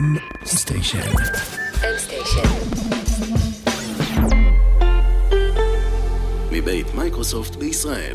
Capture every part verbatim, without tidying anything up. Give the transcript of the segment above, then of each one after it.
M Station. M Station. מבית מייקרוסופט בישראל.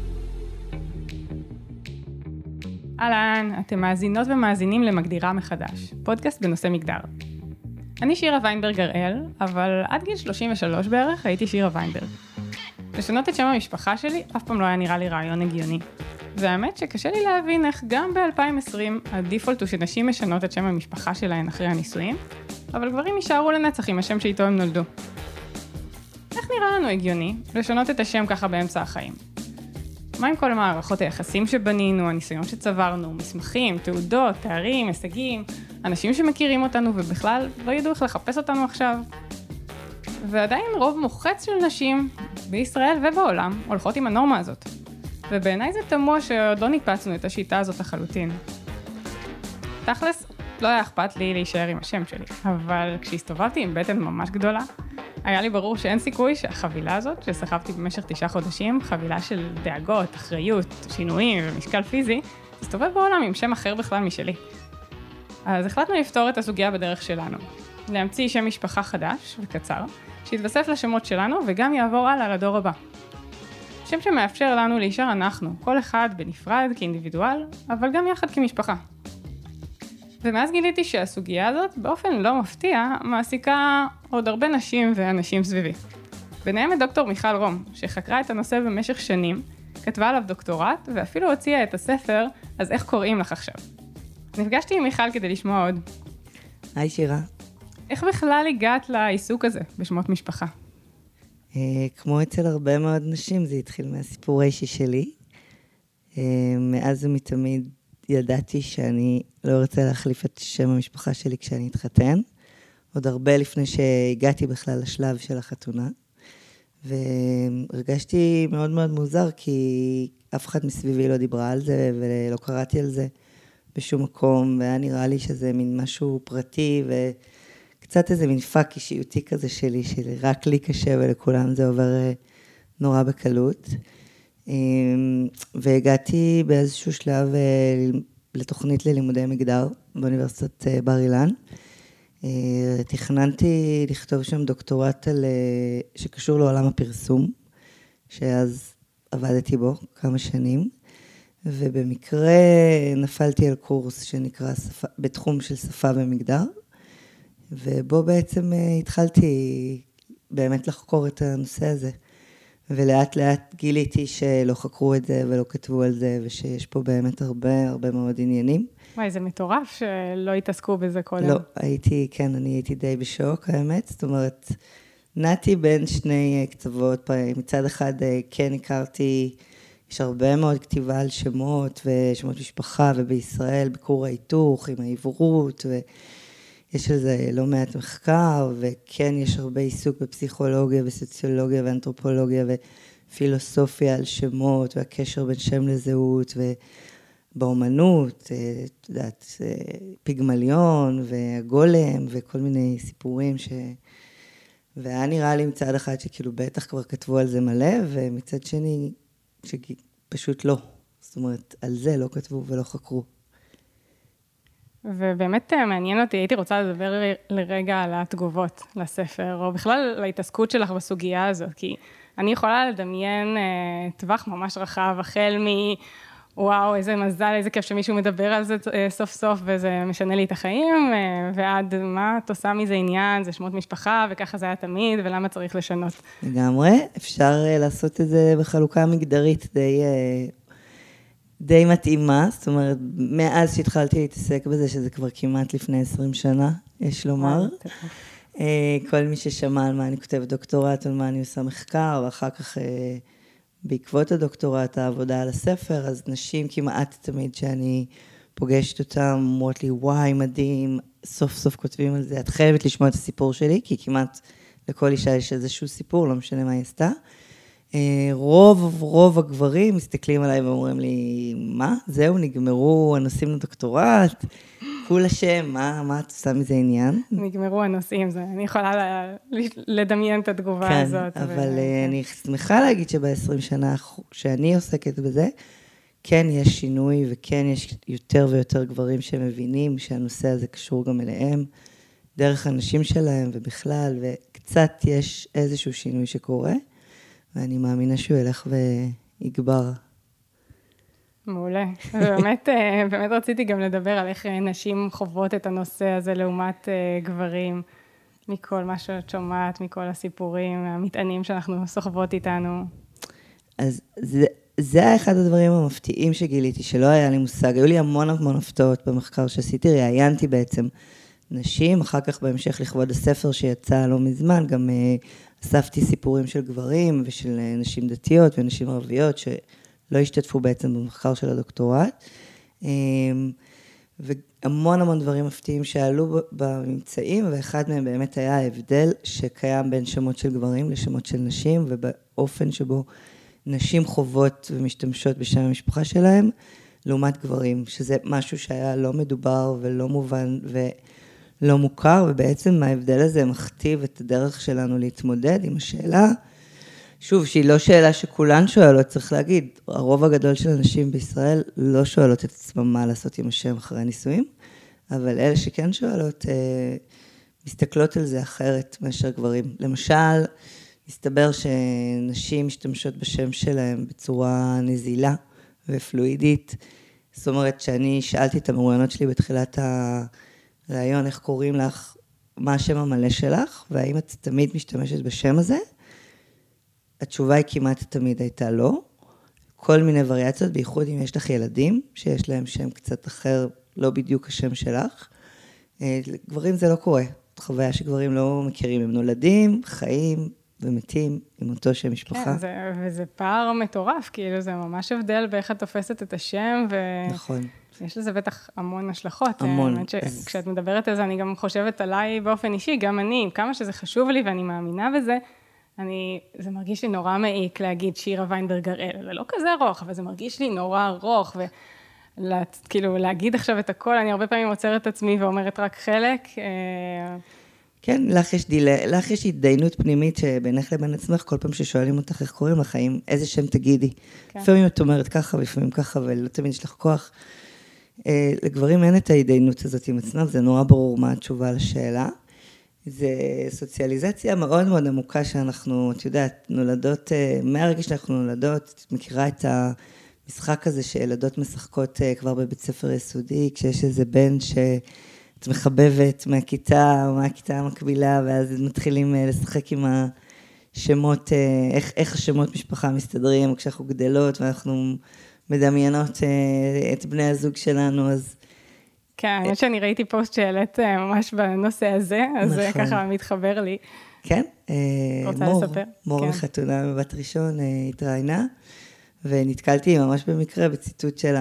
אהלן, אתם מאזינות ומאזינים למגדירה מחדש, פודקאסט בנושא מגדר. אני שירה ויינברג הראל, אבל עד גיל שלושים ושלוש בערך הייתי שירה ויינברג. לשנות את שם המשפחה שלי אף פעם לא היה נראה לי רעיון הגיוני. והאמת שקשה לי להבין איך גם ב-אלפיים ועשרים הדיפולט הוא שנשים משנות את שם המשפחה שלהן אחרי הנישואים, אבל גברים יישארו לנצח עם השם שאיתו הם נולדו. איך נראה לנו הגיוני לשנות את השם ככה באמצע החיים? מה עם כל מערכות היחסים שבנינו, הניסיון שצברנו, מסמכים, תעודות, תארים, הישגים, אנשים שמכירים אותנו ובכלל לא ידעו איך לחפש אותנו עכשיו? ועדיין רוב מוחץ של נשים בישראל ובעולם הולכות עם הנורמה הזאת. ובעיניי זה תמוה שעוד לא ניפצנו את השיטה הזאת לחלוטין. תכלס, לא היה אכפת לי להישאר עם השם שלי, אבל כשהסתובבתי עם בטן ממש גדולה, היה לי ברור שאין סיכוי שהחבילה הזאת, שסחבתי במשך תשעה חודשים, חבילה של דאגות, אחריות, שינויים ומשקל פיזי, תסתובב בעולם עם שם אחר בכלל משלי. אז החלטנו לפתור את הסוגיה בדרך שלנו, להמציא שם משפחה חדש וקצר, שיתווסף לשמות שלנו וגם יעבור הלאה לדור הבא. שם שמאפשר לנו להישאר אנחנו, כל אחד בנפרד כאינדיבידואל, אבל גם יחד כמשפחה. ומאז גיליתי שהסוגיה הזאת, באופן לא מפתיע, מעסיקה עוד הרבה נשים ואנשים סביבי. ביניהם את דוקטור מיכל רום, שחקרה את הנושא במשך שנים, כתבה עליו דוקטורט, ואפילו הוציאה את הספר, אז איך קוראים לך עכשיו? נפגשתי עם מיכל כדי לשמוע עוד. היי שירה. איך בכלל הגעת לעיסוק הזה בשמות משפחה? כמו אצל הרבה מאוד נשים, זה התחיל מהסיפור האישי שלי. מאז ומתמיד ידעתי שאני לא רוצה להחליף את שם המשפחה שלי כשאני אתחתן. עוד הרבה לפני שהגעתי בכלל לשלב של החתונה. והרגשתי מאוד מאוד מוזר, כי אף אחד מסביבי לא דיברה על זה, ולא קראתי על זה בשום מקום, והיה נראה לי שזה מין משהו פרטי, ו... קצת איזה מין פאק אישיותי כזה שלי, שרק לי קשה ולכולם זה עובר נורא בקלות. והגעתי באיזשהו שלב לתוכנית ללימודי מגדר באוניברסיטת בר אילן. תכננתי לכתוב שם דוקטורט על, שקשור לעולם הפרסום, שאז עבדתי בו כמה שנים, ובמקרה נפלתי על קורס שנקרא שפה, בתחום של שפה ומגדר, ובו בעצם התחלתי באמת לחקור את הנושא הזה, ולאט לאט גיליתי שלא חקרו את זה ולא כתבו על זה, ושיש פה באמת הרבה הרבה מאוד עניינים. וואי, זה מטורף שלא התעסקו בזה קודם. לא, הייתי, כן, אני הייתי די בשוק, האמת, זאת אומרת, נעתי בין שני קצוות, מצד אחד כן הכרתי, יש הרבה מאוד כתיבה על שמות ושמות משפחה, ובישראל ביקור ההיתוך עם העברות, ו... יש על זה לא מעט מחקר, וכן יש הרבה עיסוק בפסיכולוגיה וסוציולוגיה ואנתרופולוגיה ופילוסופיה על שמות והקשר בין שם לזהות ובאומנות, את יודעת, פיגמליון והגולם וכל מיני סיפורים ש... והיה נראה לי מצד אחד שכאילו בטח כבר כתבו על זה מלא, ומצד שני שפשוט לא. זאת אומרת, על זה לא כתבו ולא חקרו. ובאמת מעניין אותי, הייתי רוצה לדבר לרגע על התגובות לספר, או בכלל להתעסקות שלך בסוגיה הזאת, כי אני יכולה לדמיין טווח ממש רחב, החל מ... וואו, איזה מזל, איזה כיף שמישהו מדבר על זה סוף סוף, וזה משנה לי את החיים, ועד מה את עושה מזה עניין, זה שמות משפחה, וככה זה היה תמיד, ולמה צריך לשנות. לגמרי, אפשר לעשות את זה בחלוקה מגדרית די... די מתאימה, זאת אומרת, מאז שהתחלתי להתעסק בזה, שזה כבר כמעט לפני עשרים שנה, יש לומר. כל מי ששמע על מה אני כותבת דוקטורט, על מה אני עושה מחקר, ואחר כך בעקבות הדוקטורט, העבודה על הספר, אז נשים כמעט תמיד שאני פוגשת אותם, אומרות לי, וואי, מדהים, סוף סוף כותבים על זה, את חייבת לשמוע את הסיפור שלי, כי כמעט לכל אישה יש איזשהו סיפור, לא משנה מה היא עשתה. רוב, רוב הגברים מסתכלים עליי ואומרים לי, מה? זהו, נגמרו הנושאים לדוקטורט, כול השם, מה, מה את עושה מזה עניין? נגמרו הנושאים, זה, אני יכולה לדמיין את התגובה הזאת. כן, אבל אני שמחה להגיד שב-עשרים שנה שאני עוסקת בזה, כן יש שינוי, וכן יש יותר ויותר גברים שמבינים שהנושא הזה קשור גם אליהם, דרך הנשים שלהם ובכלל, וקצת יש איזשהו שינוי שקורה, ואני מאמינה שהוא ילך ויגבר. מעולה. ובאמת, באמת רציתי גם לדבר על איך נשים חוות את הנושא הזה לעומת גברים, מכל מה שאת שומעת, מכל הסיפורים, המטענים שאנחנו סוחבות איתנו. אז זה, זה היה אחד הדברים המפתיעים שגיליתי, שלא היה לי מושג. היו לי המון המון הפתעות במחקר שעשיתי, ראיינתי בעצם נשים, אחר כך בהמשך לכבוד הספר שיצא לא מזמן, גם uh, אספתי סיפורים של גברים ושל uh, נשים דתיות ונשים ערביות, שלא השתתפו בעצם במחקר של הדוקטורט. Um, והמון המון דברים מפתיעים שעלו בממצאים, ואחד מהם באמת היה ההבדל שקיים בין שמות של גברים לשמות של נשים, ובאופן שבו נשים חוות ומשתמשות בשם המשפחה שלהם, לעומת גברים, שזה משהו שהיה לא מדובר ולא מובן ולא מוכר, ובעצם ההבדל הזה מכתיב את הדרך שלנו להתמודד עם השאלה, שוב, שהיא לא שאלה שכולן שואלות, צריך להגיד, הרוב הגדול של אנשים בישראל לא שואלות את עצמם מה לעשות עם השם אחרי נישואים, אבל אלה שכן שואלות, מסתכלות על זה אחרת מאשר גברים. למשל, מסתבר שנשים משתמשות בשם שלהם בצורה נזילה ופלואידית. זאת אומרת שאני שאלתי את המרואיינות שלי בתחילת הרעיון, איך קוראים לך, מה השם המלא שלך, והאם את תמיד משתמשת בשם הזה? התשובה היא כמעט תמיד הייתה לא. כל מיני וריאציות, בייחוד אם יש לך ילדים, שיש להם שם קצת אחר, לא בדיוק השם שלך. גברים זה לא קורה. חוויה שגברים לא מכירים, הם נולדים, חיים ומתים עם אותו שם משפחה. כן, זה, וזה פער מטורף, כאילו זה ממש הבדל באיך את תופסת את השם, ו... נכון. יש לזה בטח המון השלכות. המון. האמת שכשאת מדברת על זה, אני גם חושבת עליי באופן אישי, גם אני, כמה שזה חשוב לי ואני מאמינה בזה, אני, זה מרגיש לי נורא מעיק להגיד שירה ויינברג הראל, זה לא כזה ארוך, אבל זה מרגיש לי נורא ארוך, וכאילו להגיד עכשיו את הכל, אני הרבה פעמים עוצרת את עצמי ואומרת רק חלק. כן, לך יש, דילה, לך יש התדיינות פנימית שבינך לבין עצמך, כל פעם ששואלים אותך איך קוראים לך, האם איזה שם תגידי. כן. לפעמים את אומרת ככה, ולפעמים ככה, ולא תמיד יש לך כוח. לגברים אין את ההתדיינות הזאת עם עצמם, זה נורא ברור מה התשובה לשאלה. זה סוציאליזציה מאוד מאוד עמוקה שאנחנו, את יודעת, נולדות, מהרגע שאנחנו נולדות, את מכירה את המשחק הזה שילדות משחקות כבר בבית ספר יסודי, כשיש איזה בן שאת מחבבת מהכיתה או מהכיתה המקבילה, ואז מתחילים לשחק עם השמות, איך, איך השמות משפחה מסתדרים, כשאנחנו גדלות ואנחנו מדמיינות את בני הזוג שלנו, אז כן, האמת שאני ראיתי פוסט שהעלית ממש בנושא הזה, אז זה ככה מתחבר לי. כן, רוצה מור, לספר? מור מחתונה מבת ראשון התראיינה, ונתקלתי ממש במקרה בציטוט של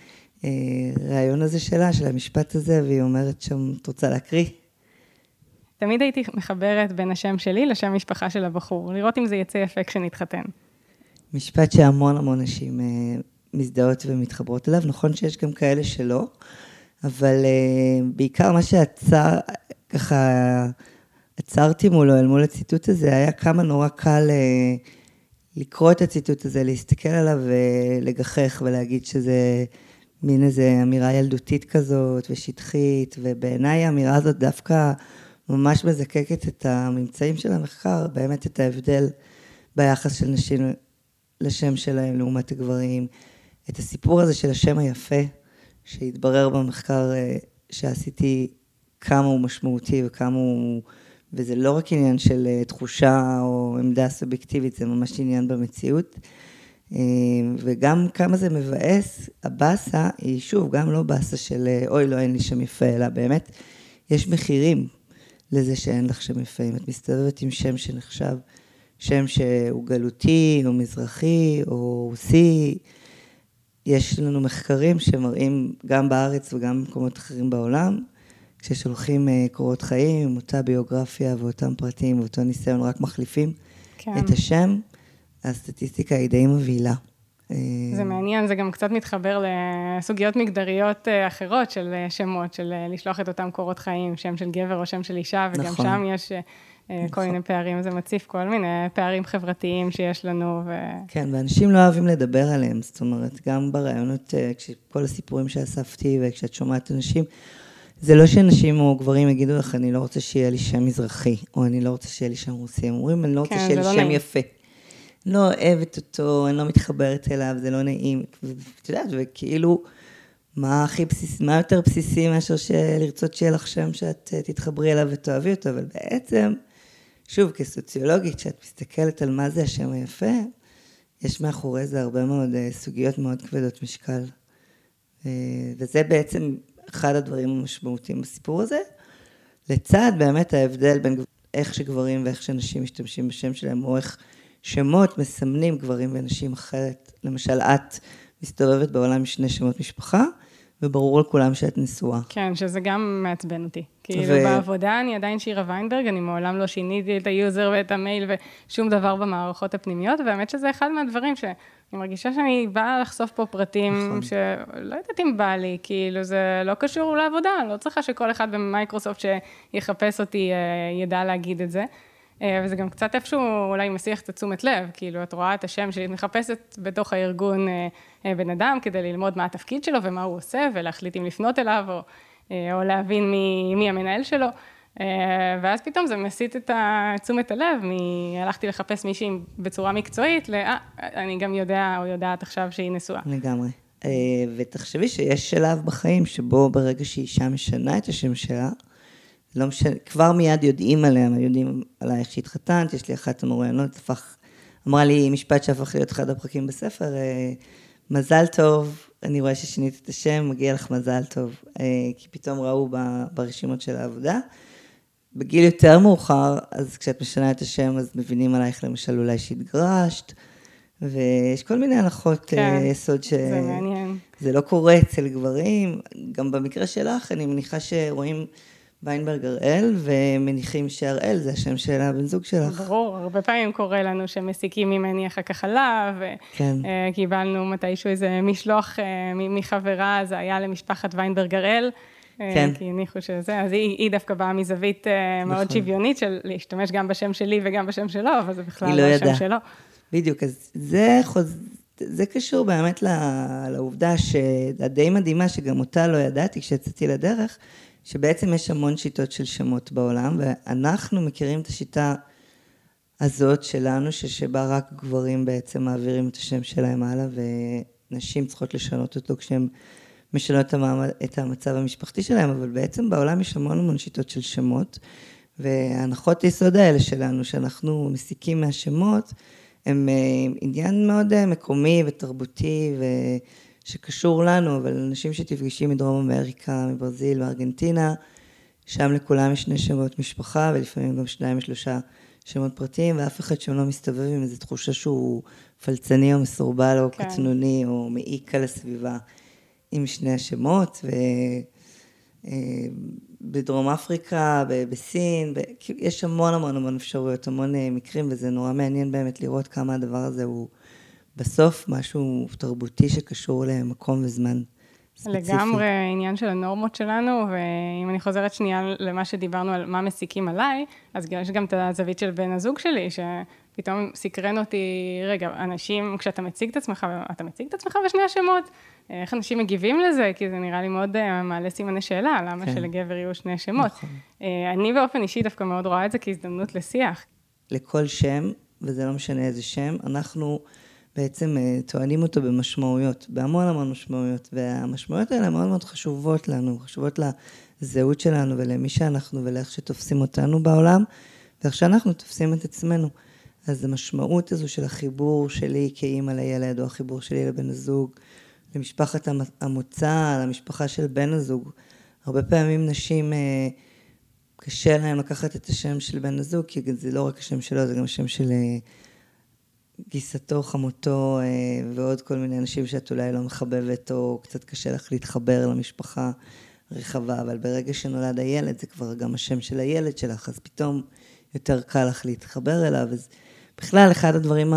הרעיון הזה שלה, של המשפט הזה, והיא אומרת שם, את רוצה להקריא? תמיד הייתי מחברת בין השם שלי לשם משפחה של הבחור, לראות אם זה יצא יפה כשנתחתן. משפט שהמון המון נשים מזדהות ומתחברות אליו, נכון שיש גם כאלה שלא, אבל uh, בעיקר מה שעצר, ככה, עצרתי מולו אל מול הציטוט הזה, היה כמה נורא קל uh, לקרוא את הציטוט הזה, להסתכל עליו ולגחך ולהגיד שזה מין איזו אמירה ילדותית כזאת ושטחית, ובעיניי האמירה הזאת דווקא ממש מזקקת את הממצאים של המחקר, באמת את ההבדל ביחס של נשים לשם שלהם לעומת הגברים, את הסיפור הזה של השם היפה, שהתברר במחקר שעשיתי כמה הוא משמעותי וכמה הוא, וזה לא רק עניין של תחושה או עמדה סובייקטיבית, זה ממש עניין במציאות, וגם כמה זה מבאס, הבאסה היא שוב גם לא באסה של אוי לא אין לי שם יפה, אלא באמת יש מחירים לזה שאין לך שם יפה, אם את מסתובבת עם שם שנחשב, שם שהוא גלותי או מזרחי או רוסי, יש לנו מחקרים שמראים גם בארץ וגם במקומות אחרים בעולם, כששולחים קורות חיים, אותה ביוגרפיה ואותם פרטים ואותו ניסיון, רק מחליפים כן. את השם, הסטטיסטיקה היא די מבהילה. זה מעניין, זה גם קצת מתחבר לסוגיות מגדריות אחרות של שמות, של לשלוח את אותם קורות חיים, שם של גבר או שם של אישה, וגם נכון. שם יש כל מיני פערים, זה מציף כל מיני פערים חברתיים שיש לנו. ו... כן, ואנשים לא אוהבים לדבר עליהם, זאת אומרת, גם ברעיונות, כל הסיפורים שאספתי, וכשאת שומעת אנשים, זה לא שאנשים או גברים יגידו לך, אני לא רוצה שיהיה לי שם מזרחי, או אני לא רוצה שיהיה לי שם רוסי, הם אומרים, אני לא רוצה שיהיה לי שם נעים. יפה. אני לא אוהבת אותו, אני לא מתחברת אליו, זה לא נעים, ואת יודעת, וכאילו, מה הכי בסיסי, מה יותר בסיסי מאשר לרצות שיהיה לך שם שאת תתחברי אליו ותאהבי אותו, אבל בעצם, שוב, כסוציולוגית, שאת מסתכלת על מה זה השם היפה, יש מאחורי זה הרבה מאוד סוגיות מאוד כבדות משקל. וזה בעצם אחד הדברים המשמעותיים בסיפור הזה, לצד באמת ההבדל בין איך שגברים ואיך שנשים משתמשים בשם שלהם, או איך שמות מסמנים גברים ונשים אחרת. למשל, את מסתובבת בעולם משני שמות משפחה, וברור לכולם שאת נשואה. כן, שזה גם מעצבן אותי. כאילו ו... בעבודה אני עדיין שירה ויינברג, אני מעולם לא שיניתי את היוזר ואת המייל ושום דבר במערכות הפנימיות, והאמת שזה אחד מהדברים שאני מרגישה שאני באה לחשוף פה פרטים נכון. שלא יודעת אם בא לי, כאילו זה לא קשור לעבודה, אני לא צריכה שכל אחד במייקרוסופט שיחפש אותי ידע להגיד את זה. וזה גם קצת איפשהו אולי מסיח את תשומת לב, כאילו את רואה את השם שלי מחפשת בתוך הארגון בן אדם כדי ללמוד מה התפקיד שלו ומה הוא עושה ולהחליט אם לפנות אליו או, או להבין מי, מי המנהל שלו, ואז פתאום זה מסיט את תשומת הלב, הלכתי לחפש מישהי בצורה מקצועית, לא, אני גם יודע או יודעת עכשיו שהיא נשואה. לגמרי. ותחשבי שיש שלב בחיים שבו ברגע שאישה משנה את השם שלה, לא משנה, כבר מיד יודעים עליהם, יודעים עלייך שהתחתנת, יש לי אחת המרואיינות, הפך, אמרה לי משפט שהפך להיות אחד הפרקים בספר, מזל טוב, אני רואה ששינית את השם, מגיע לך מזל טוב, כי פתאום ראו ברשימות של העבודה. בגיל יותר מאוחר, אז כשאת משנה את השם, אז מבינים עלייך למשל אולי שהתגרשת, ויש כל מיני הנחות כן, יסוד שזה מעניין. זה לא קורה אצל גברים, גם במקרה שלך, אני מניחה שרואים ויינברג הראל, ומניחים שהראל זה השם של הבן זוג שלך. ברור, הרבה פעמים קורה לנו שמסיקים ממני אחר כך חלב, וקיבלנו מתישהו איזה משלוח מחברה, זה היה למשפחת ויינברג הראל, כן. כי הניחו שזה, אז היא, היא דווקא באה מזווית נכון. מאוד שוויונית, של להשתמש גם בשם שלי וגם בשם שלו, אבל זה בכלל לא השם שלו. בדיוק, אז זה, חוז... זה קשור באמת לעובדה שהדי מדהימה, שגם אותה לא ידעתי כשיצאתי לדרך, שבעצם יש המון שיטות של שמות בעולם, ואנחנו מכירים את השיטה הזאת שלנו, שבה רק גברים בעצם מעבירים את השם שלהם הלאה, ונשים צריכות לשנות אותו כשהם משנות את המצב המשפחתי שלהם, אבל בעצם בעולם יש המון המון שיטות של שמות, וההנחות היסוד האלה שלנו, שאנחנו מסיקים מהשמות, הם עניין מאוד מקומי ותרבותי, שקשור לנו, אבל אנשים שתפגשים מדרום אמריקה, מברזיל, מארגנטינה, שם לכולם יש שני שמות משפחה, ולפעמים גם שניים ושלושה שמות פרטיים, ואף אחד שם לא מסתובב עם איזו תחושה שהוא פלצני או מסורבל, או כן. קטנוני, או מעיק על הסביבה, עם שני השמות, ובדרום אפריקה, בסין, ב... יש המון המון המון אפשרויות, המון מקרים, וזה נורא מעניין באמת לראות כמה הדבר הזה הוא בסוף משהו תרבותי שקשור למקום וזמן ספציפי. לגמרי עניין של הנורמות שלנו, ואם אני חוזרת שנייה למה שדיברנו על מה מסיקים עליי, אז יש גם את הזווית של בן הזוג שלי, שפתאום סקרן אותי, רגע, אנשים, כשאתה מציג את עצמך, אתה מציג את עצמך בשני השמות, איך אנשים מגיבים לזה? כי זה נראה לי מאוד מעלה סימני שאלה, למה כן. שלגבר יהיו שני שמות. נכון. אני באופן אישי דווקא מאוד רואה את זה כהזדמנות לשיח. לכל שם, וזה לא משנה איזה שם, אנחנו בעצם טוענים אותו במשמעויות, בהמון המון משמעויות, והמשמעויות האלה מאוד מאוד חשובות לנו, חשובות לזהות שלנו ולמי שאנחנו ולאיך שתופסים אותנו בעולם, ואיך שאנחנו תופסים את עצמנו. אז המשמעות הזו של החיבור שלי כאימא לילד, או החיבור שלי לבן הזוג, למשפחת המוצא, למשפחה של בן הזוג, הרבה פעמים נשים קשה להם לקחת את השם של בן הזוג, כי זה לא רק השם שלו, זה גם השם של גיסתו, חמותו, ועוד כל מיני אנשים שאת אולי לא מחבבת, או קצת קשה לך להתחבר למשפחה רחבה, אבל ברגע שנולד הילד, זה כבר גם השם של הילד שלך, אז פתאום יותר קל לך להתחבר אליו, אז בכלל, אחד הדברים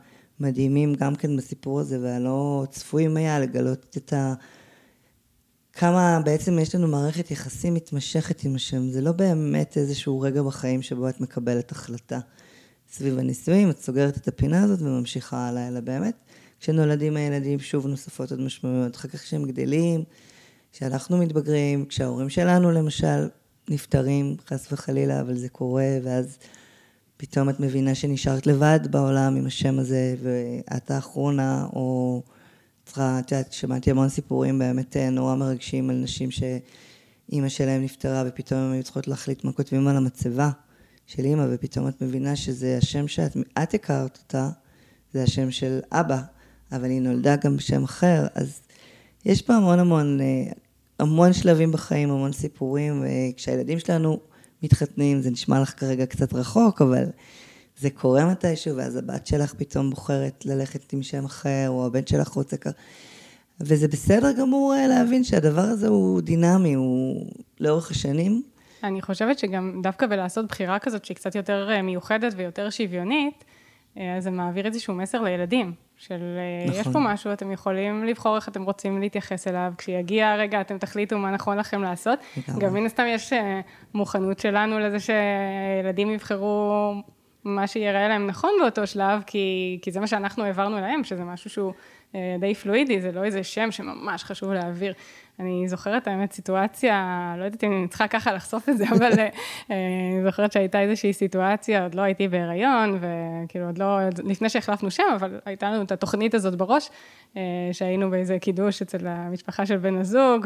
המדהימים גם כן בסיפור הזה, והלא צפויים היה לגלות את ה... כמה בעצם יש לנו מערכת יחסים מתמשכת עם השם. זה לא באמת איזשהו רגע בחיים שבו את מקבלת החלטה סביב הנישואים, את סוגרת את הפינה הזאת וממשיכה הלאה, אלא באמת, כשנולדים הילדים שוב נוספות עוד משמעויות, אחר כך כשהם גדלים, כשאנחנו מתבגרים, כשההורים שלנו למשל נפטרים, חס וחלילה, אבל זה קורה, ואז פתאום את מבינה שנשארת לבד בעולם עם השם הזה, ואת האחרונה, או צריכה, את יודעת, שמעתי המון סיפורים באמת נורא מרגשים על נשים שאימא שלהם נפטרה, ופתאום הם היו צריכות להחליט מה כותבים על המצבה של אימא, ופתאום את מבינה שזה השם שאת את הכרת אותה, זה השם של אבא, אבל היא נולדה גם בשם אחר, אז יש פה המון המון, המון שלבים בחיים, המון סיפורים, וכשהילדים שלנו מתחתנים, זה נשמע לך כרגע קצת רחוק, אבל זה קורה מתישהו, ואז הבת שלך פתאום בוחרת ללכת עם שם אחר, או הבן שלך רוצה כך, וזה בסדר גמור להבין שהדבר הזה הוא דינמי, הוא לאורך השנים. אני חושבת שגם דווקא בלעשות בחירה כזאת, שהיא קצת יותר מיוחדת ויותר שוויונית, אז זה מעביר איזשהו מסר לילדים, של נכון. יש פה משהו, אתם יכולים לבחור איך אתם רוצים להתייחס אליו, כשיגיע הרגע אתם תחליטו מה נכון לכם לעשות, גם, גם מן הסתם יש מוכנות שלנו לזה שילדים יבחרו מה שיראה להם נכון באותו שלב, כי, כי זה מה שאנחנו העברנו להם, שזה משהו שהוא די פלואידי, זה לא איזה שם שממש חשוב להעביר. אני זוכרת האמת סיטואציה, לא יודעת אם אני צריכה ככה לחשוף את זה, אבל אני זוכרת שהייתה איזושהי סיטואציה, עוד לא הייתי בהיריון, וכאילו עוד לא, לפני שהחלפנו שם, אבל הייתה לנו את התוכנית הזאת בראש, שהיינו באיזה קידוש אצל המשפחה של בן הזוג,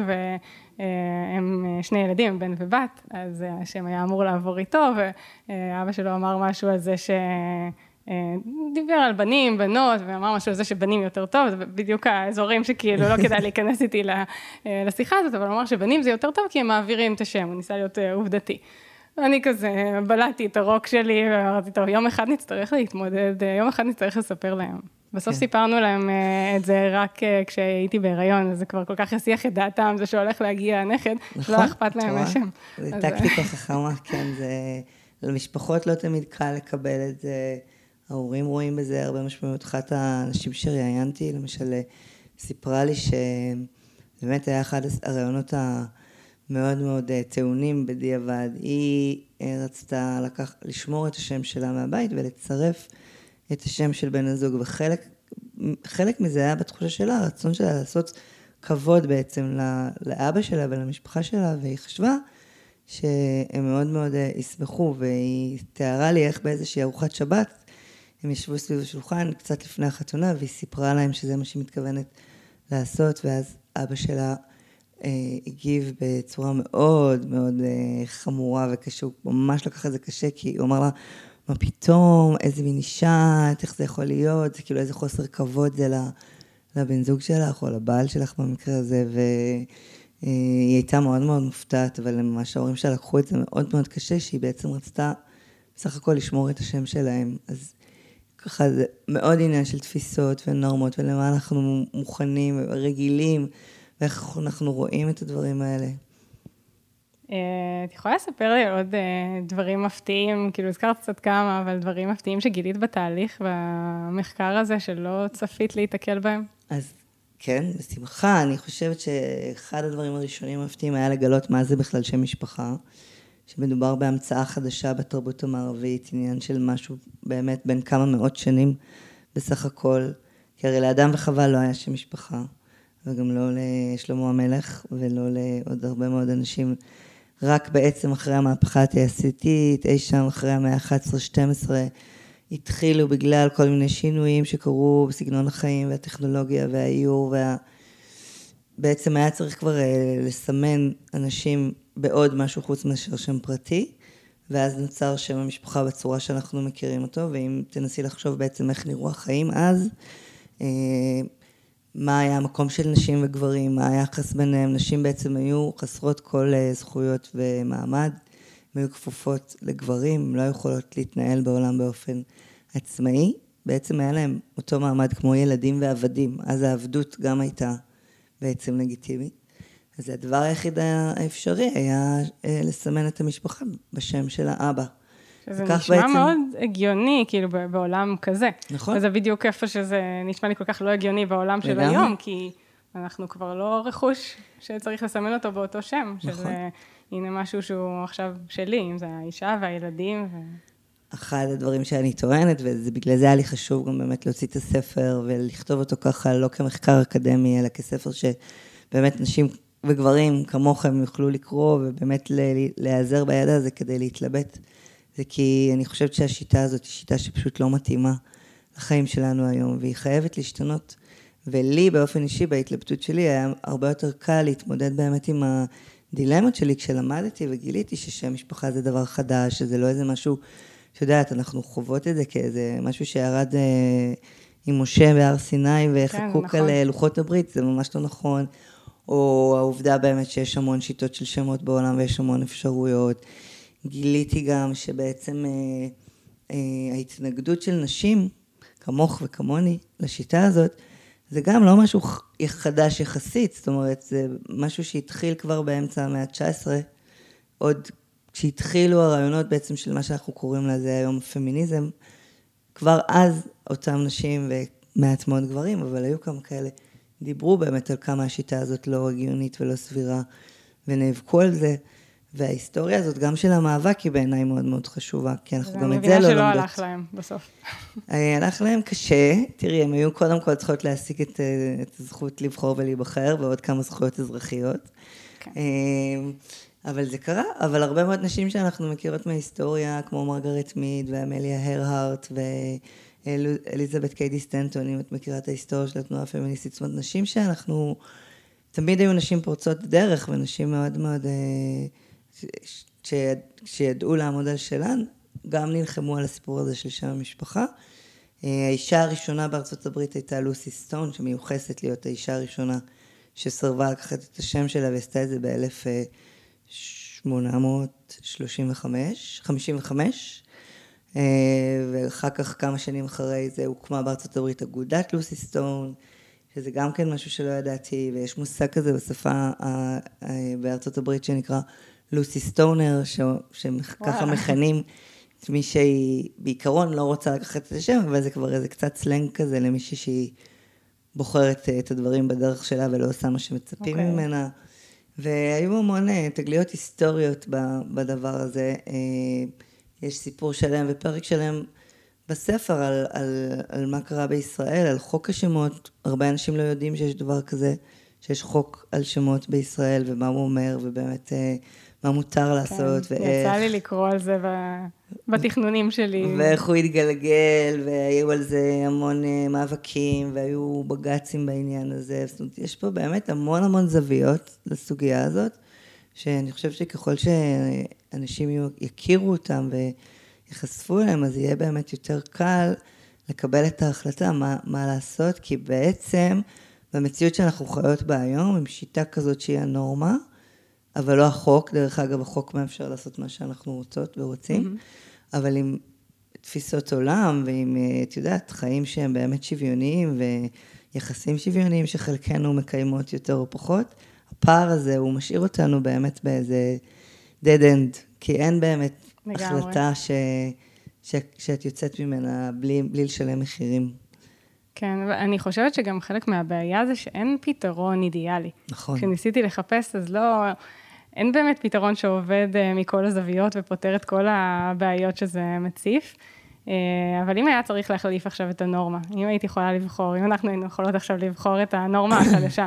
והם שני ילדים, בן ובת, אז השם היה אמור לעבור איתו, ואבא שלו אמר משהו על זה ש... דיבר על בנים, בנות, ואמר משהו על זה שבנים יותר טוב, זה בדיוק האזורים שכאילו לא כדאי להיכנס איתי לשיחה הזאת, אבל הוא אמר שבנים זה יותר טוב כי הם מעבירים את השם, הוא ניסה להיות עובדתי. ואני כזה בלעתי את הרוק שלי, ואמרתי, טוב, יום אחד נצטרך להתמודד, יום אחד נצטרך לספר להם. בסוף סיפרנו להם את זה רק כשהייתי בהיריון, אז זה כבר כל כך יסיח את דעתם, זה שהולך להגיע הנכד, לא אכפת להם השם. זה טקטיקה חכמה, כן, זה למשפחות לא תמיד קל לקבל את זה, ההורים רואים בזה הרבה משמעות. אחת האנשים שראיינתי, למשל, סיפרה לי שבאמת היה אחד הרעיונות המאוד מאוד טעונים בדיעבד. היא רצתה לקח, לשמור את השם שלה מהבית ולצרף את השם של בן הזוג, וחלק חלק מזה היה בתחושה שלה, הרצון שלה לעשות כבוד בעצם לאבא שלה ולמשפחה שלה, והיא חשבה שהם מאוד מאוד ישמחו, והיא תיארה לי איך באיזושהי ארוחת שבת, הם ישבו סביב השולחן קצת לפני החתונה, והיא סיפרה להם שזה מה שהיא מתכוונת לעשות, ואז אבא שלה אה, הגיב בצורה מאוד מאוד אה, חמורה וקשה, הוא ממש לקח את זה קשה, כי הוא אמר לה, מה פתאום, איזה מין אישה, איך זה יכול להיות, זה כאילו איזה חוסר כבוד זה לבן זוג שלך, או לבעל שלך במקרה הזה, והיא הייתה מאוד מאוד מופתעת, אבל ממש ההורים שלה לקחו את זה מאוד מאוד קשה, שהיא בעצם רצתה בסך הכל לשמור את השם שלהם, אז ככה זה מאוד עניין של תפיסות ונורמות, ולמה אנחנו מוכנים ורגילים, ואיך אנחנו רואים את הדברים האלה. את יכולה לספר לי עוד דברים מפתיעים, כאילו הזכרת קצת כמה, אבל דברים מפתיעים שגילית בתהליך, והמחקר הזה שלא צפית להתקל בהם? אז כן, בשמחה. אני חושבת שאחד הדברים הראשונים המפתיעים היה לגלות מה זה בכלל שם משפחה, שמדובר בהמצאה חדשה בתרבות המערבית, עניין של משהו באמת בין כמה מאות שנים בסך הכל, כי הרי לאדם וחווה לא היה שם משפחה, וגם לא לשלמה המלך, ולא לעוד הרבה מאוד אנשים, רק בעצם אחרי המהפכה התעשייתית, אי שם אחרי המאה ה-אחת עשרה שתים עשרה, התחילו בגלל כל מיני שינויים שקרו בסגנון החיים והטכנולוגיה והאיור, וה... בעצם היה צריך כבר לסמן אנשים בעוד משהו חוץ מאשר שם פרטי, ואז נוצר שם המשפחה בצורה שאנחנו מכירים אותו, ואם תנסי לחשוב בעצם איך נראו החיים אז, מה היה המקום של נשים וגברים, מה היחס ביניהם, נשים בעצם היו חסרות כל זכויות ומעמד, הם היו כפופות לגברים, לא יכולות להתנהל בעולם באופן עצמאי, בעצם היה להם אותו מעמד כמו ילדים ועבדים, אז העבדות גם הייתה בעצם לגיטימית. אז הדבר היחיד האפשרי היה לסמן את המשפחה בשם של האבא. שזה נשמע בעצם... מאוד הגיוני, כאילו, בעולם כזה. נכון. וזה בדיוק איפה שזה נשמע לי כל כך לא הגיוני בעולם של היום, כי אנחנו כבר לא רכוש שצריך לסמן אותו באותו שם, נכון. שזה, הנה משהו שהוא עכשיו שלי, אם זה האישה והילדים. ו... אחד הדברים שאני טוענת, ובגלל זה היה לי חשוב גם באמת להוציא את הספר, ולכתוב אותו ככה לא כמחקר אקדמי, אלא כספר שבאמת נשים וגברים כמוכם יוכלו לקרוא, ובאמת להיעזר בידע הזה כדי להתלבט. זה כי אני חושבת שהשיטה הזאת היא שיטה שפשוט לא מתאימה לחיים שלנו היום, והיא חייבת להשתנות. ולי באופן אישי, בהתלבטות שלי, היה הרבה יותר קל להתמודד באמת עם הדילמות שלי, כשלמדתי וגיליתי ששם משפחה זה דבר חדש, שזה לא איזה משהו, שיודעת, אנחנו חוות את זה כאיזה משהו שירד אה, עם משה בהר סיני, וחקוק כן, נכון. על לוחות הברית, זה ממש לא נכון. או העובדה באמת שיש המון שיטות של שמות בעולם, ויש המון אפשרויות. גיליתי גם שבעצם אה, אה, ההתנגדות של נשים, כמוך וכמוני, לשיטה הזאת, זה גם לא משהו חדש יחסית, זאת אומרת, זה משהו שהתחיל כבר באמצע המאה ה-תשע עשרה, עוד כשהתחילו הרעיונות בעצם של מה שאנחנו קוראים לזה היום פמיניזם, כבר אז אותם נשים ומעט מאוד גברים, אבל היו כמה כאלה, דיברו באמת על כמה השיטה הזאת לא הגיונית ולא סבירה, ונאבקו על זה, וההיסטוריה הזאת גם של המאבק היא בעיניי מאוד מאוד חשובה, כי אנחנו גם את זה לא לומדות. אני מבינה שלא הלך להם בסוף. הלך להם קשה, תראי, הם היו קודם כל צריכות להשיג את, את הזכות לבחור ולהיבחר, ועוד כמה זכויות אזרחיות. Okay. אבל זה קרה, אבל הרבה מאוד נשים שאנחנו מכירות מההיסטוריה, כמו מרגרט מיד ואמליה הרהארט ואליזבת קיידי סטנטון, אם את מכירה את ההיסטוריה של התנועה הפמיניסטית, זאת אומרת, נשים שאנחנו, תמיד היו נשים פורצות דרך, ונשים מאוד מאוד, שידעו לעמוד על שלן, גם נלחמו על הסיפור הזה של שם המשפחה. האישה הראשונה בארצות הברית הייתה לוסי סטון, שמיוחסת להיות האישה הראשונה שסרבה לקחת את השם שלה, ועשתה את זה ב-אלף שמונה מאות שלושים וחמש, חמישים וחמש, ואחר כך כמה שנים אחרי זה הוקמה בארצות הברית אגודת לוסי סטון, שזה גם כן משהו שלא ידעתי, ויש מושג כזה בשפה בארצות הברית שנקרא לוסי סטונר, שככה מכנים את מי שהיא בעיקרון לא רוצה לקחת את השם, אבל זה כבר איזה קצת סלנג כזה למישהי שהיא בוחרת את הדברים בדרך שלה ולא עושה מה שמצפים okay. ממנה. והיו המון תגליות היסטוריות בדבר הזה. יש סיפור שלם ופרק שלם בספר על, על, על מה קרה בישראל, על חוק השמות. הרבה אנשים לא יודעים שיש דבר כזה, שיש חוק על שמות בישראל ומה הוא אומר, ובאמת מה מותר לעשות כן, ואיך. יצא לי לקרוא על זה בתכנונים שלי. ואיך הוא התגלגל, והיו על זה המון מאבקים, והיו בגצים בעניין הזה. זאת אומרת, יש פה באמת המון המון זוויות לסוגיה הזאת, שאני חושב שככל שאנשים יכירו אותם ויחשפו אליהם, אז יהיה באמת יותר קל לקבל את ההחלטה מה, מה לעשות, כי בעצם במציאות שאנחנו חיות בה היום, עם שיטה כזאת שהיא הנורמה, אבל לא החוק, דרך אגב, החוק מאפשר לעשות מה שאנחנו רוצות ורוצים, mm-hmm. אבל עם תפיסות עולם ועם, את יודעת, חיים שהם באמת שוויוניים ויחסים שוויוניים שחלקנו מקיימות יותר או פחות, הפער הזה הוא משאיר אותנו באמת באיזה dead end, כי אין באמת לגמרי. החלטה ש, ש, שאת יוצאת ממנה בלי, בלי לשלם מחירים. כן, ואני חושבת שגם חלק מהבעיה זה שאין פתרון אידיאלי. נכון. כשניסיתי לחפש, אז לא, אין באמת פתרון שעובד מכל הזוויות ופותר את כל הבעיות שזה מציף. אבל אם היה צריך להחליף עכשיו את הנורמה, אם הייתי יכולה לבחור, אם אנחנו היינו יכולות עכשיו לבחור את הנורמה החדשה,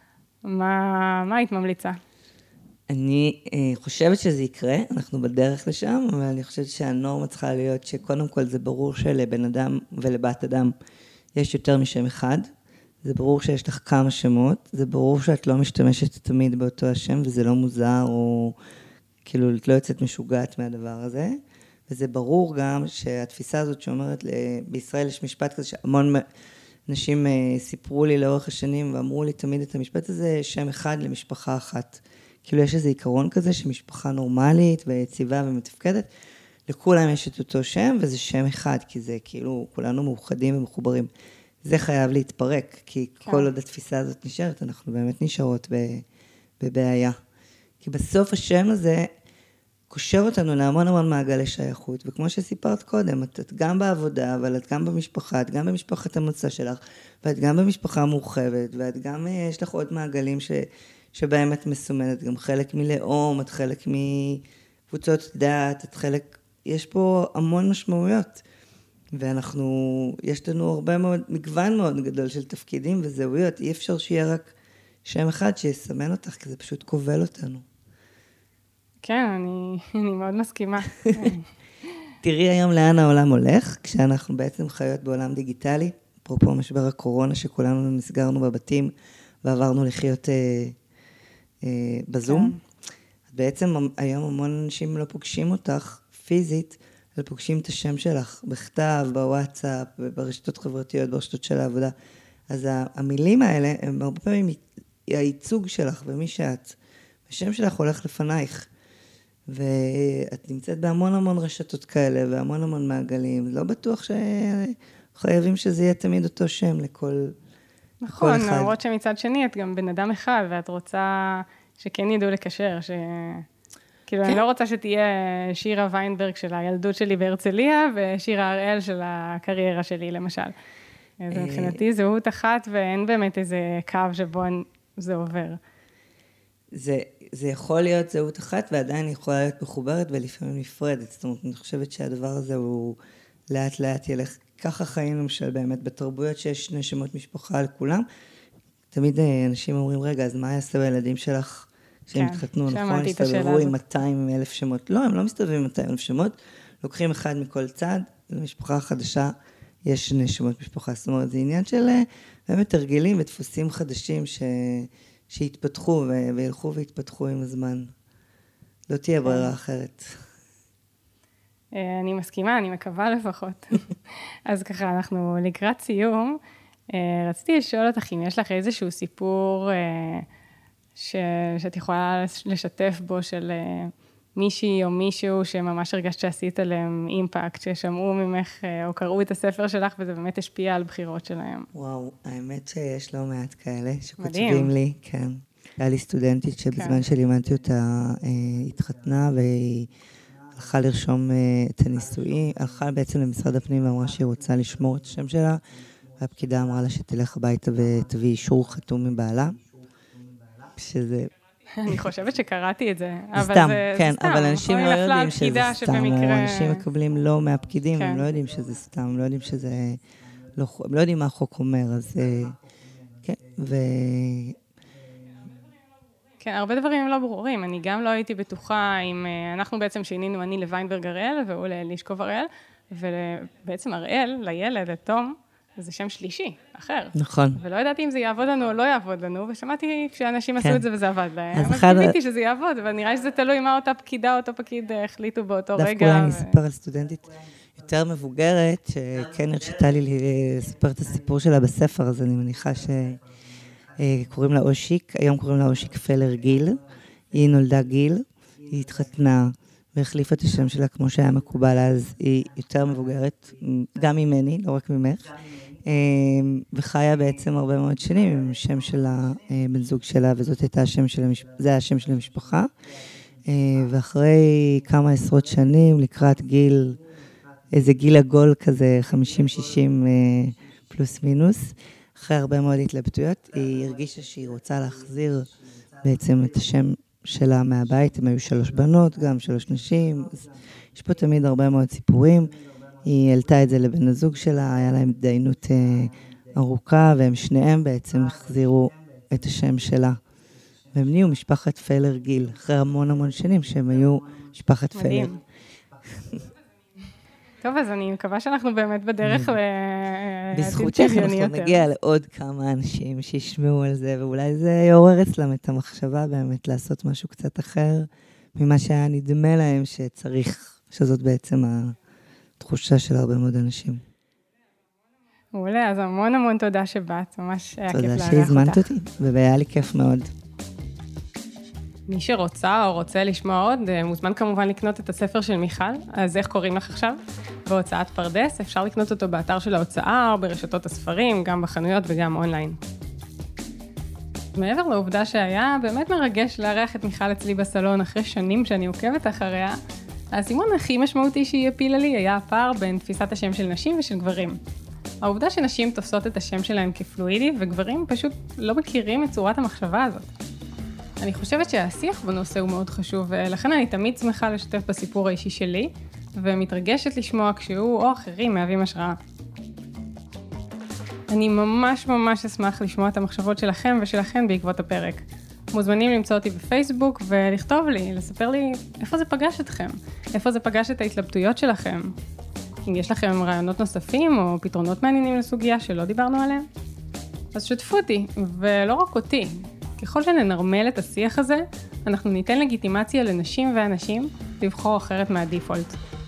מה, מה היית ממליצה? אני חושבת שזה יקרה, אנחנו בדרך לשם, אבל אני חושבת שהנורמה צריכה להיות שקודם כל זה ברור שלבן אדם ולבת אדם יש יותר משם אחד, זה ברור שיש לך כמה שמות, זה ברור שאת לא משתמשת תמיד באותו השם, וזה לא מוזר, או כאילו את לא יוצאת משוגעת מהדבר הזה, וזה ברור גם שהתפיסה הזאת שאומרת, בישראל יש משפט כזה שהמון אנשים סיפרו לי לאורך השנים, ואמרו לי תמיד את המשפט הזה, שם אחד למשפחה אחת. כאילו יש איזה עיקרון כזה שמשפחה נורמלית ויציבה ומתפקדת, לכולם יש את אותו שם, וזה שם אחד, כי זה כאילו, כולנו מאוחדים ומחוברים. זה חייב להתפרק, כי כן. כל עוד התפיסה הזאת נשארת, אנחנו באמת נשארות בבעיה. כי בסוף השם הזה, קושר אותנו להמון המון מעגלי שייכות, וכמו שסיפרת קודם, את, את גם בעבודה, אבל את גם במשפחה, את גם במשפחת המוצא שלך, ואת גם במשפחה מורחבת, ואת גם, יש לך עוד מעגלים ש, שבהם את מסומנת, גם חלק מלאום, את חלק מקבוצות דת, את חלק, יש פה המון משמעויות, ואנחנו, יש לנו הרבה מאוד, מגוון מאוד גדול של תפקידים וזהויות, אי אפשר שיהיה רק שם אחד שיסמן אותך, כי זה פשוט כובל אותנו. כן, אני, אני מאוד מסכימה. תראי היום לאן העולם הולך, כשאנחנו בעצם חיות בעולם דיגיטלי, אפרופו משבר הקורונה, שכולנו נסגרנו בבתים, ועברנו לחיות אה, אה, בזום. כן. בעצם היום המון אנשים לא פוגשים אותך פיזית, אלא פוגשים את השם שלך, בכתב, בוואטסאפ, ברשתות חברתיות, ברשתות של העבודה. אז המילים האלה, הם הרבה פעמים הייצוג שלך, ומי שאת, השם שלך הולך לפנייך. ואת נמצאת בהמון המון רשתות כאלה, והמון המון מעגלים. לא בטוח שחייבים שזה יהיה תמיד אותו שם לכל, נכון, לכל אחד. למרות שמצד שני, את גם בן אדם אחד, ואת רוצה שכן ידעו לקשר, ש... כאילו, כן. אני לא רוצה שתהיה שירה ויינברג של הילדות שלי בהרצליה, ושירה הראל של הקריירה שלי, למשל. אז מבחינתי זהות אחת, ואין באמת איזה קו שבו זה עובר. זה, זה יכול להיות זהות אחת, ועדיין יכולה להיות מחוברת ולפעמים נפרדת. זאת אומרת, אני חושבת שהדבר הזה הוא לאט לאט ילך. ככה חיים למשל באמת בתרבויות שיש שני שמות משפחה לכולם. תמיד אנשים אומרים, רגע, אז מה יעשה בילדים שלך שהם כן, התחתנו? נכון, הסתובבו עם מאתיים אלף שמות. לא, הם לא מסתובבים עם מאתיים אלף שמות. לוקחים אחד מכל צד, למשפחה החדשה יש שני שמות משפחה. זאת אומרת, זה עניין של באמת תרגילים ודפוסים חדשים ש... שיתפתחו וילכו ויתפתחו עם הזמן. לא תהיה ברירה אחרת. אני מסכימה, אני מקווה לפחות. אז ככה, אנחנו לקראת סיום. רציתי לשאול אותך אם יש לך איזשהו סיפור שאת יכולה לשתף בו של מישהי או מישהו שממש הרגשת שעשית עליהם אימפקט, ששמעו ממך או קראו את הספר שלך וזה באמת השפיע על בחירות שלהם. וואו, האמת שיש לא מעט כאלה שכותבים לי, כן. היה לי סטודנטית שבזמן שלימדתי אותה התחתנה והיא הלכה לרשום את הנישואי, הלכה בעצם למשרד הפנים ואמרה שהיא רוצה לשמור את השם שלה, והפקידה אמרה לה שתלך הביתה ותביא אישור חתום מבעלה, שזה... אני חושבת שקראתי את זה, אבל סתם, זה, כן, זה סתם. אבל אנשים לא יודעים שזה סתם, שבמקרה... או אנשים מקבלים לא מהפקידים, כן. הם לא יודעים שזה סתם, הם לא יודעים שזה... לא, הם לא יודעים מה החוק אומר, אז... כן, ו... כן, הרבה דברים הם לא ברורים, אני גם לא הייתי בטוחה אם... אנחנו בעצם שינינו אני לוויינברג הראל, והוא ללישקוב הראל, ובעצם הראל, לילד, לתום, זה שם שלישי, אחר. נכון. ולא ידעתי אם זה יעבוד לנו או לא יעבוד לנו, ושמעתי כשאנשים עשו את זה וזה עבד להם. אז קיוויתי שזה יעבוד, אבל נראה שזה תלוי מה אותה פקידה או אותו פקיד החליטו באותו רגע. דווקא אולי אני אספר על סטודנטית יותר מבוגרת, שכן הרשתה לי לספר את הסיפור שלה בספר, אז אני מניחה שקוראים לה אושיק, היום קוראים לה אושיק פלר גיל, היא נולדה גיל, היא התחתנה, והחליפה את השם שלה כמו שהיה מקובל, אז היא יותר מבוגרת, גם ממני, לא רק ממך, וחיה בעצם הרבה מאוד שנים עם שם של הבן זוג שלה, וזאת הייתה השם של המשפחה, זה היה השם של המשפחה, ואחרי כמה עשרות שנים, לקראת גיל, איזה גיל עגול כזה, חמישים שישים פלוס מינוס, אחרי הרבה מאוד התלבטויות, היא הרגישה שהיא רוצה להחזיר בעצם את השם שלה מהבית, הם היו שלוש בנות, גם שלוש נשים, אז יש פה תמיד הרבה מאוד סיפורים, היא העלתה את זה לבן הזוג שלה, היה להם דיינות אה, ארוכה, והם שניהם בעצם החזירו את השם שלה. והם נהיו משפחת פלר גיל, אחרי המון המון שנים שהם היו משפחת פלר. טוב, אז אני מקווה שאנחנו באמת בדרך ל... בזכות שאנחנו נגיע לעוד כמה אנשים שישמעו על זה, ואולי זה יעורר אצלם את המחשבה באמת לעשות משהו קצת אחר, ממה שהיה נדמה להם שצריך, שזאת בעצם התחושה של הרבה מאוד אנשים. מעולה, אז המון המון תודה שבאת, ממש היה כיף לארח אותך. תודה שהזמנת אותי, והיה לי כיף מאוד. מי שרוצה או רוצה לשמוע עוד, מוזמן כמובן לקנות את הספר של מיכל, אז איך קוראים לך עכשיו? בהוצאת פרדס, אפשר לקנות אותו באתר של ההוצאה או ברשתות הספרים, גם בחנויות וגם אונליין. מעבר לעובדה שהיה באמת מרגש לארח את מיכל אצלי בסלון אחרי שנים שאני עוקבת אחריה, הסימון הכי משמעותי שהיא הפילה לי היה הפער בין תפיסת השם של נשים ושל גברים. העובדה שנשים תופסות את השם שלהם כפלואידי וגברים פשוט לא מכירים את צורת המחשבה הזאת. אני חושבת שהשיח בנושא הוא מאוד חשוב, ולכן אני תמיד שמחה לשתף בסיפור האישי שלי, ומתרגשת לשמוע כשהוא או אחרים מהווים השראה. אני ממש ממש אשמח לשמוע את המחשבות שלכם ושלכן בעקבות הפרק. מוזמנים למצוא אותי בפייסבוק ולכתוב לי, לספר לי איפה זה פגש אתכם, איפה זה פגש את ההתלבטויות שלכם. אם יש לכם רעיונות נוספים או פתרונות מעניינים לסוגיה שלא דיברנו עליהם, אז שתפו אותי, ולא רק אותי. ככל שננרמל את השיח הזה, אנחנו ניתן לגיטימציה לנשים ואנשים לבחור אחרת מהדיפולט.